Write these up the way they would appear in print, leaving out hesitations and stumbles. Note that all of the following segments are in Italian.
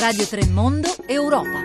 Radio 3 Mondo Europa.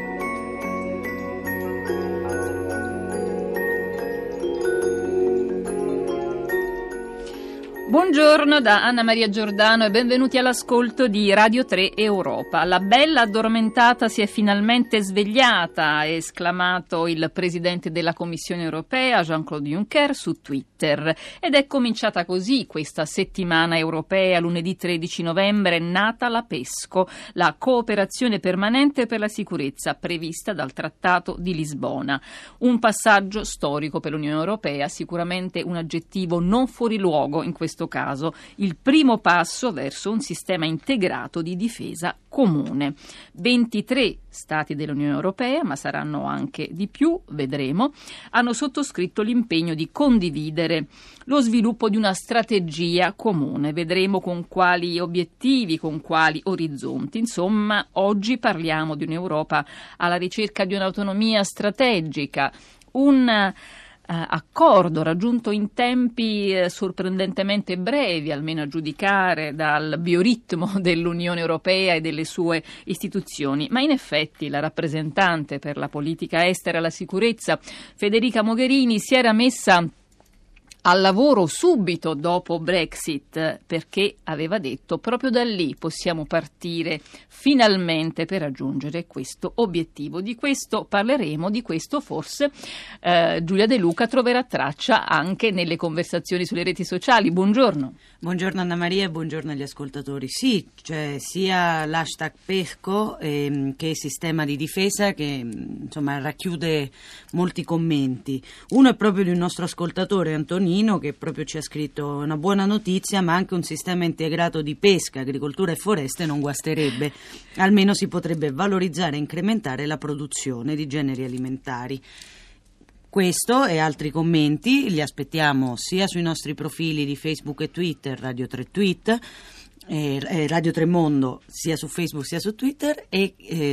Buongiorno da Anna Maria Giordano e benvenuti all'ascolto di Radio 3 Europa. La bella addormentata si è finalmente svegliata, ha esclamato il presidente della Commissione europea Jean-Claude Juncker su Twitter. Ed è cominciata così questa settimana europea. Lunedì 13 novembre è nata la PESCO, la cooperazione permanente per la sicurezza prevista dal Trattato di Lisbona. Un passaggio storico per l'Unione Europea, sicuramente un aggettivo non fuori luogo in questo caso, il primo passo verso un sistema integrato di difesa comune. 23 Stati dell'Unione Europea, ma saranno anche di più, vedremo, hanno sottoscritto l'impegno di condividere lo sviluppo di una strategia comune. Vedremo con quali obiettivi, con quali orizzonti. Insomma, oggi parliamo di un'Europa alla ricerca di un'autonomia strategica, un accordo raggiunto in tempi sorprendentemente brevi, almeno a giudicare dal bioritmo dell'Unione Europea e delle sue istituzioni. Ma in effetti la rappresentante per la politica estera e la sicurezza, Federica Mogherini, si era messa al lavoro subito dopo Brexit, perché aveva detto proprio da lì possiamo partire finalmente per raggiungere questo obiettivo. Di questo parleremo, di questo forse Giulia De Luca troverà traccia anche nelle conversazioni sulle reti sociali. Buongiorno. Buongiorno Anna Maria e buongiorno agli ascoltatori. Sì, cioè sia l'hashtag PESCO che sistema di difesa che insomma racchiude molti commenti. Uno è proprio di un nostro ascoltatore, Antonino, che proprio ci ha scritto una buona notizia, ma anche un sistema integrato di pesca, agricoltura e foreste non guasterebbe. Almeno si potrebbe valorizzare e incrementare la produzione di generi alimentari. Questo e altri commenti li aspettiamo sia sui nostri profili di Facebook e Twitter, Radio 3 Tweet, Radio 3 Mondo, sia su Facebook sia su Twitter, e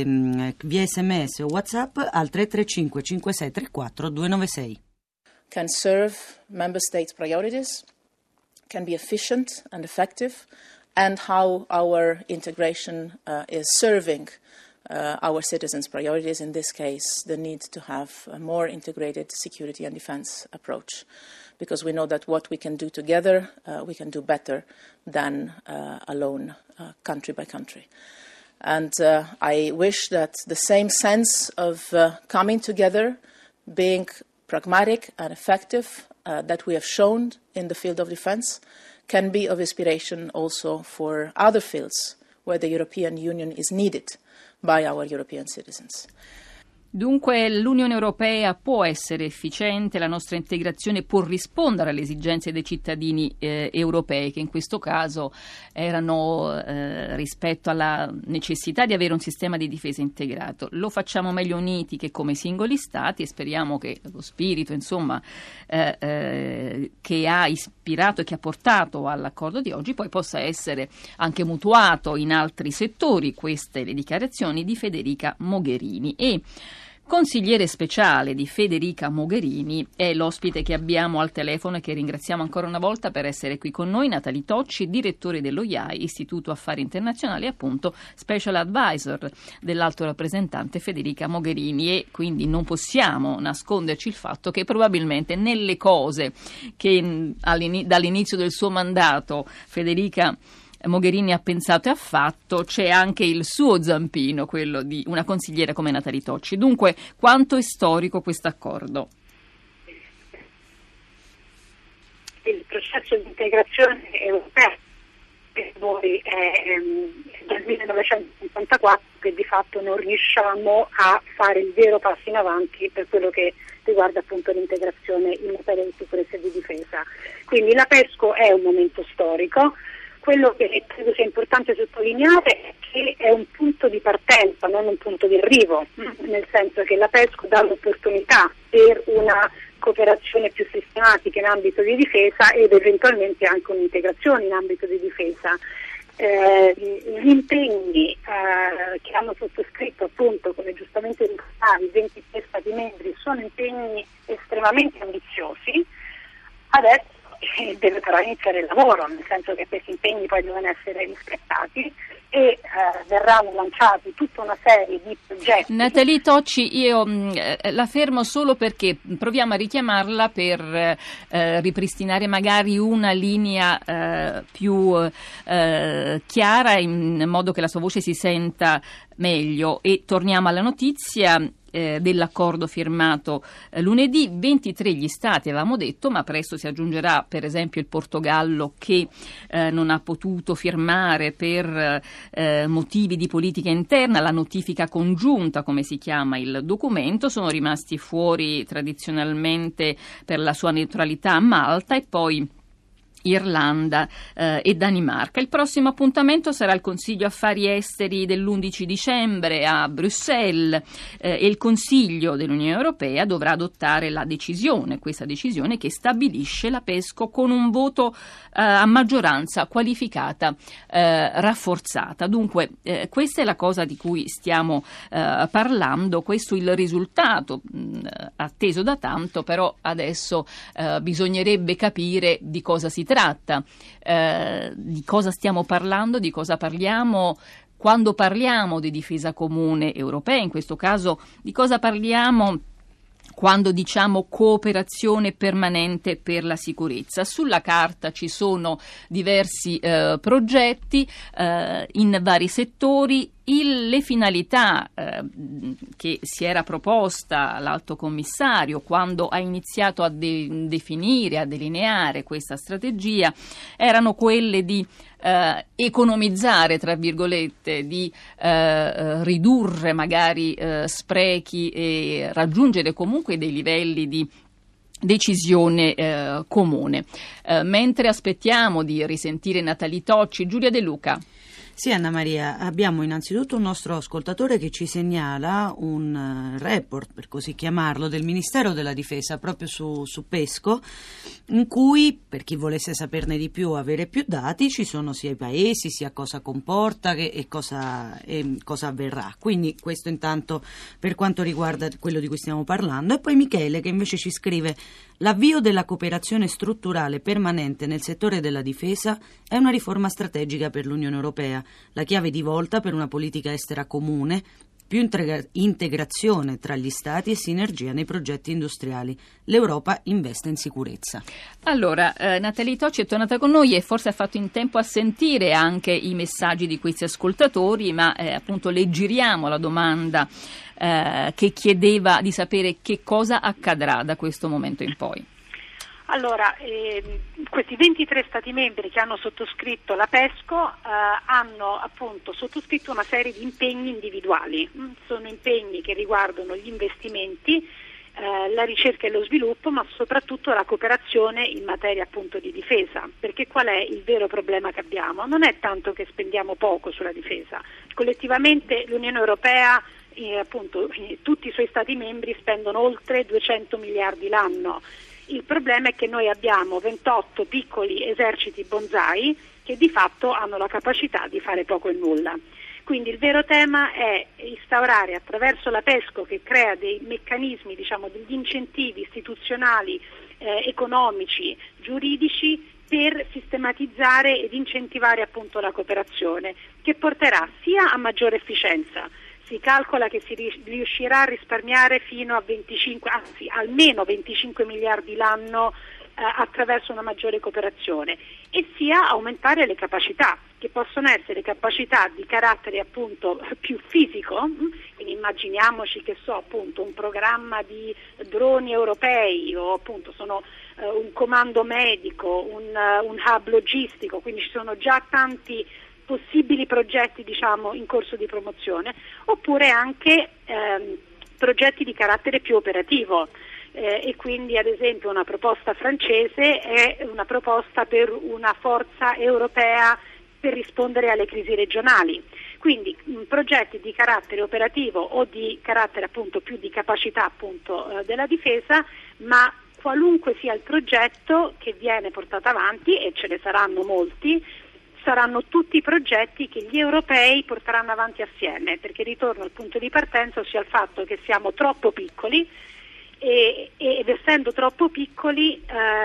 via SMS o WhatsApp al 335 5634 296. Can serve member states' priorities, can be efficient and effective, and how our integration is serving our citizens' priorities, in this case the need to have a more integrated security and defense approach, because we know that what we can do together we can do better than alone, country by country. And I wish that the same sense of coming together, being pragmatic and effective that we have shown in the field of defense can be of inspiration also for other fields where the European Union is needed by our European citizens. Dunque l'Unione Europea può essere efficiente, la nostra integrazione può rispondere alle esigenze dei cittadini europei, che in questo caso erano rispetto alla necessità di avere un sistema di difesa integrato. Lo facciamo meglio uniti che come singoli stati, e speriamo che lo spirito insomma che ha ispirato e che ha portato all'accordo di oggi poi possa essere anche mutuato in altri settori. Queste le dichiarazioni di Federica Mogherini. E consigliere speciale di Federica Mogherini è l'ospite che abbiamo al telefono e che ringraziamo ancora una volta per essere qui con noi, Natalie Tocci, direttore dell'OIAE, Istituto Affari Internazionali, appunto Special Advisor dell'alto rappresentante Federica Mogherini, e quindi non possiamo nasconderci il fatto che probabilmente nelle cose che dall'inizio del suo mandato Federica Mogherini ha pensato e ha fatto, c'è anche il suo zampino, quello di una consigliera come Natalie Tocci. Dunque, quanto è storico questo accordo? Il processo di integrazione europea per noi è del 1954, che di fatto non riusciamo a fare il vero passo in avanti per quello che riguarda appunto l'integrazione in materia di sicurezza e di difesa. Quindi la PESCO è un momento storico. Quello che credo sia importante sottolineare è che è un punto di partenza, non un punto di arrivo, nel senso che la PESCO dà l'opportunità per una cooperazione più sistematica in ambito di difesa ed eventualmente anche un'integrazione in ambito di difesa. Gli impegni che hanno sottoscritto, appunto, come giustamente ricordavi, 23 Stati membri, sono impegni estremamente ambiziosi. Adesso deve però iniziare il lavoro, nel senso che questi impegni poi devono essere rispettati e verranno lanciati tutta una serie di progetti. Nathalie Tocci, io la fermo solo perché proviamo a richiamarla per ripristinare magari una linea più chiara, in modo che la sua voce si senta meglio, e torniamo alla notizia dell'accordo firmato lunedì. 23 gli stati, avevamo detto, ma presto si aggiungerà per esempio il Portogallo, che non ha potuto firmare per motivi di politica interna la notifica congiunta, come si chiama il documento. Sono rimasti fuori tradizionalmente per la sua neutralità Malta e poi Irlanda e Danimarca. Il prossimo appuntamento sarà il Consiglio Affari Esteri dell'11 dicembre a Bruxelles e il Consiglio dell'Unione Europea dovrà adottare questa decisione che stabilisce la PESCO con un voto a maggioranza qualificata rafforzata. Dunque questa è la cosa di cui stiamo parlando, questo è il risultato atteso da tanto, però adesso bisognerebbe capire di cosa si tratta, di cosa stiamo parlando, di cosa parliamo quando parliamo di difesa comune europea, in questo caso di cosa parliamo quando diciamo cooperazione permanente per la sicurezza. Sulla carta ci sono diversi progetti in vari settori. Le finalità che si era proposta l'Alto Commissario quando ha iniziato a definire, a delineare questa strategia, erano quelle di economizzare, tra virgolette, di ridurre magari sprechi e raggiungere comunque dei livelli di decisione comune. Mentre aspettiamo di risentire Nathalie Tocci, Giulia De Luca. Sì, Anna Maria, abbiamo innanzitutto un nostro ascoltatore che ci segnala un report, per così chiamarlo, del Ministero della Difesa proprio su PESCO, in cui, per chi volesse saperne di più, avere più dati, ci sono sia i paesi, sia cosa comporta e cosa avverrà. Quindi questo intanto per quanto riguarda quello di cui stiamo parlando. E poi Michele che invece ci scrive: l'avvio della cooperazione strutturale permanente nel settore della difesa è una riforma strategica per l'Unione Europea, la chiave di volta per una politica estera comune, più integrazione tra gli Stati e sinergia nei progetti industriali. L'Europa investe in sicurezza. Allora, Nathalie Tocci è tornata con noi e forse ha fatto in tempo a sentire anche i messaggi di questi ascoltatori, ma appunto le giriamo la domanda che chiedeva di sapere che cosa accadrà da questo momento in poi. Allora, questi 23 Stati membri che hanno sottoscritto la PESCO hanno appunto sottoscritto una serie di impegni individuali. Sono impegni che riguardano gli investimenti, la ricerca e lo sviluppo, ma soprattutto la cooperazione in materia appunto di difesa. Perché qual è il vero problema che abbiamo? Non è tanto che spendiamo poco sulla difesa. Collettivamente l'Unione Europea, appunto tutti i suoi Stati membri spendono oltre 200 miliardi l'anno. Il problema è che noi abbiamo 28 piccoli eserciti bonsai che di fatto hanno la capacità di fare poco e nulla. Quindi il vero tema è instaurare attraverso la PESCO, che crea dei meccanismi, degli incentivi istituzionali, economici, giuridici, per sistematizzare ed incentivare appunto la cooperazione, che porterà sia a maggiore efficienza. Si calcola che si riuscirà a risparmiare fino a almeno 25 miliardi l'anno attraverso una maggiore cooperazione, e sia aumentare le capacità, che possono essere capacità di carattere appunto più fisico. Quindi immaginiamoci appunto un programma di droni europei, o appunto un comando medico, un hub logistico, quindi ci sono già tanti possibili progetti in corso di promozione, oppure anche progetti di carattere più operativo, e quindi ad esempio una proposta francese è una proposta per una forza europea per rispondere alle crisi regionali. Quindi progetti di carattere operativo o di carattere appunto più di capacità appunto della difesa, ma qualunque sia il progetto che viene portato avanti, e ce ne saranno molti, saranno tutti progetti che gli europei porteranno avanti assieme, perché ritorno al punto di partenza, ossia al fatto che siamo troppo piccoli ed essendo troppo piccoli,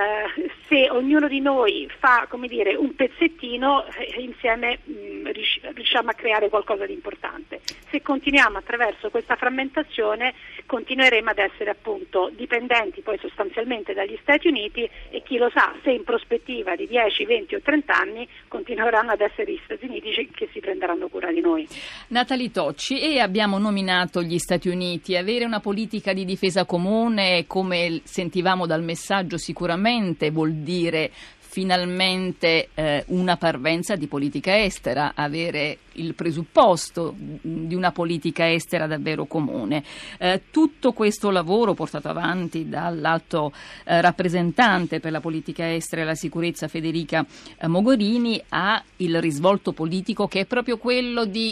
se ognuno di noi fa, come dire, un pezzettino, insieme riusciamo a creare qualcosa di importante. Se continuiamo attraverso questa frammentazione, continueremo ad essere appunto dipendenti poi sostanzialmente dagli Stati Uniti, e chi lo sa se in prospettiva di 10, 20 o 30 anni continueranno ad essere gli Stati Uniti che si prenderanno cura di noi. Natalie Tocci, e abbiamo nominato gli Stati Uniti. Avere una politica di difesa comune, come sentivamo dal messaggio, sicuramente vuol dire finalmente una parvenza di politica estera, avere il presupposto di una politica estera davvero comune. Tutto questo lavoro portato avanti dall'alto rappresentante per la politica estera e la sicurezza Federica Mogherini ha il risvolto politico che è proprio quello di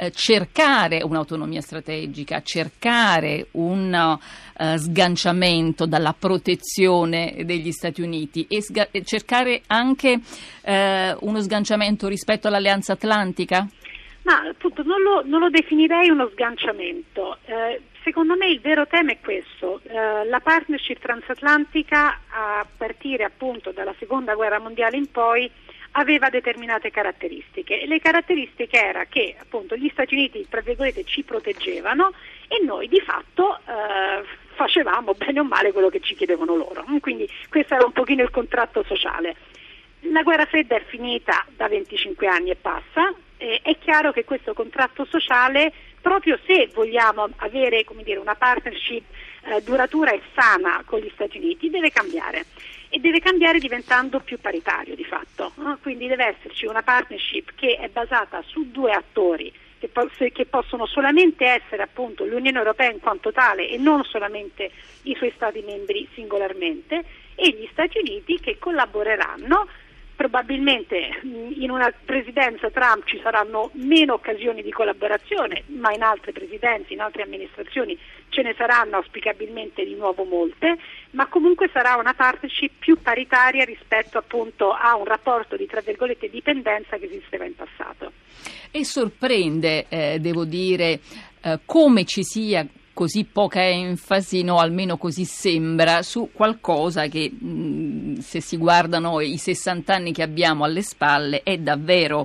cercare un'autonomia strategica, cercare un sganciamento dalla protezione degli Stati Uniti e cercare anche uno sganciamento rispetto all'Alleanza Atlantica? Ma appunto non lo definirei uno sganciamento. Secondo me il vero tema è questo. La partnership transatlantica, a partire appunto dalla Seconda Guerra Mondiale in poi, aveva determinate caratteristiche, e le caratteristiche era che appunto gli Stati Uniti, tra virgolette, ci proteggevano e noi di fatto facevamo bene o male quello che ci chiedevano loro. Quindi questo era un pochino il contratto sociale. La guerra fredda è finita da 25 anni e passa. È chiaro che questo contratto sociale, proprio se vogliamo avere, come dire, una partnership duratura e sana con gli Stati Uniti, deve cambiare, e deve cambiare diventando più paritario di fatto, no? Quindi deve esserci una partnership che è basata su due attori che possono solamente essere appunto l'Unione Europea in quanto tale e non solamente i suoi Stati membri singolarmente, e gli Stati Uniti che collaboreranno. Probabilmente in una presidenza Trump ci saranno meno occasioni di collaborazione, ma in altre presidenze, in altre amministrazioni ce ne saranno auspicabilmente di nuovo molte, ma comunque sarà una partnership più paritaria rispetto appunto a un rapporto di, tra virgolette, dipendenza che esisteva in passato. E sorprende, devo dire, come ci sia così poca enfasi, no, almeno così sembra, su qualcosa che se si guardano i 60 anni che abbiamo alle spalle è davvero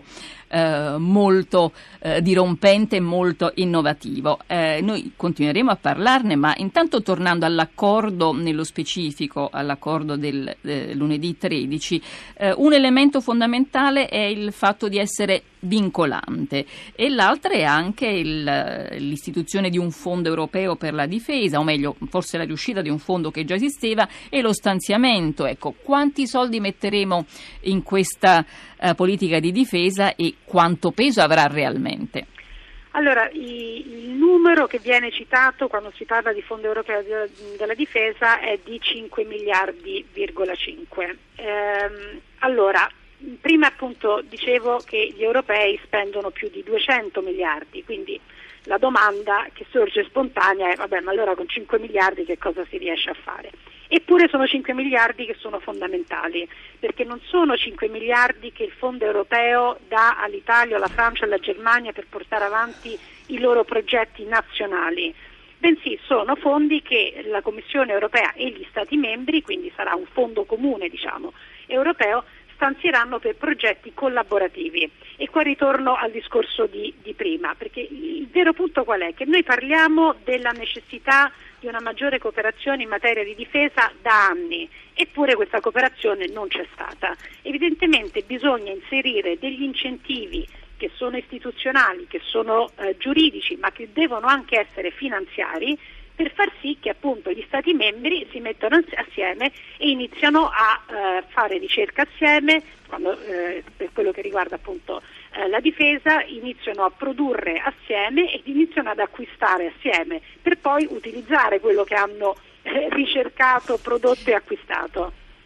molto dirompente e molto innovativo. Noi continueremo a parlarne, ma intanto tornando all'accordo nello specifico, all'accordo del lunedì 13, un elemento fondamentale è il fatto di essere vincolante, e l'altra è anche l'istituzione di un fondo europeo per la difesa, o meglio forse la riuscita di un fondo che già esisteva, e lo stanziamento. Ecco, quanti soldi metteremo in questa politica di difesa e quanto peso avrà realmente? Allora, il numero che viene citato quando si parla di fondo europeo della difesa è di 5 miliardi,5. Allora, prima appunto dicevo che gli europei spendono più di 200 miliardi, quindi la domanda che sorge spontanea è: vabbè, ma allora con 5 miliardi che cosa si riesce a fare? Eppure sono 5 miliardi che sono fondamentali, perché non sono 5 miliardi che il fondo europeo dà all'Italia, alla Francia, alla Germania per portare avanti i loro progetti nazionali, bensì sono fondi che la Commissione europea e gli Stati membri, quindi sarà un fondo comune, diciamo, europeo, stanzieranno per progetti collaborativi. E qua ritorno al discorso di prima, perché il vero punto qual è? Che noi parliamo della necessità di una maggiore cooperazione in materia di difesa da anni, eppure questa cooperazione non c'è stata. Evidentemente bisogna inserire degli incentivi che sono istituzionali, che sono giuridici, ma che devono anche essere finanziari, per far sì che appunto gli Stati membri si mettano assieme e iniziano a fare ricerca assieme, per quello che riguarda appunto la difesa, iniziano a produrre assieme ed iniziano ad acquistare assieme, per poi utilizzare quello che hanno ricercato, prodotto e acquistato.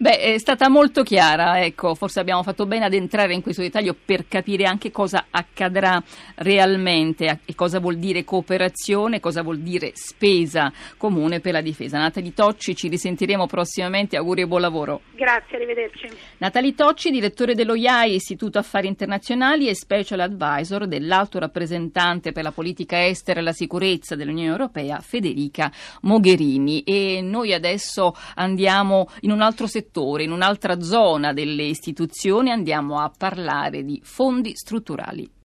Beh, è stata molto chiara, ecco, forse abbiamo fatto bene ad entrare in questo dettaglio per capire anche cosa accadrà realmente e cosa vuol dire cooperazione, cosa vuol dire spesa comune per la difesa. Natalie Tocci, ci risentiremo prossimamente, auguri e buon lavoro. Grazie, arrivederci. Natalie Tocci, direttore dello IAI, Istituto Affari Internazionali e Special Advisor dell'alto rappresentante per la politica estera e la sicurezza dell'Unione Europea, Federica Mogherini. E noi adesso andiamo in un altro settore, in un'altra zona delle istituzioni, andiamo a parlare di fondi strutturali.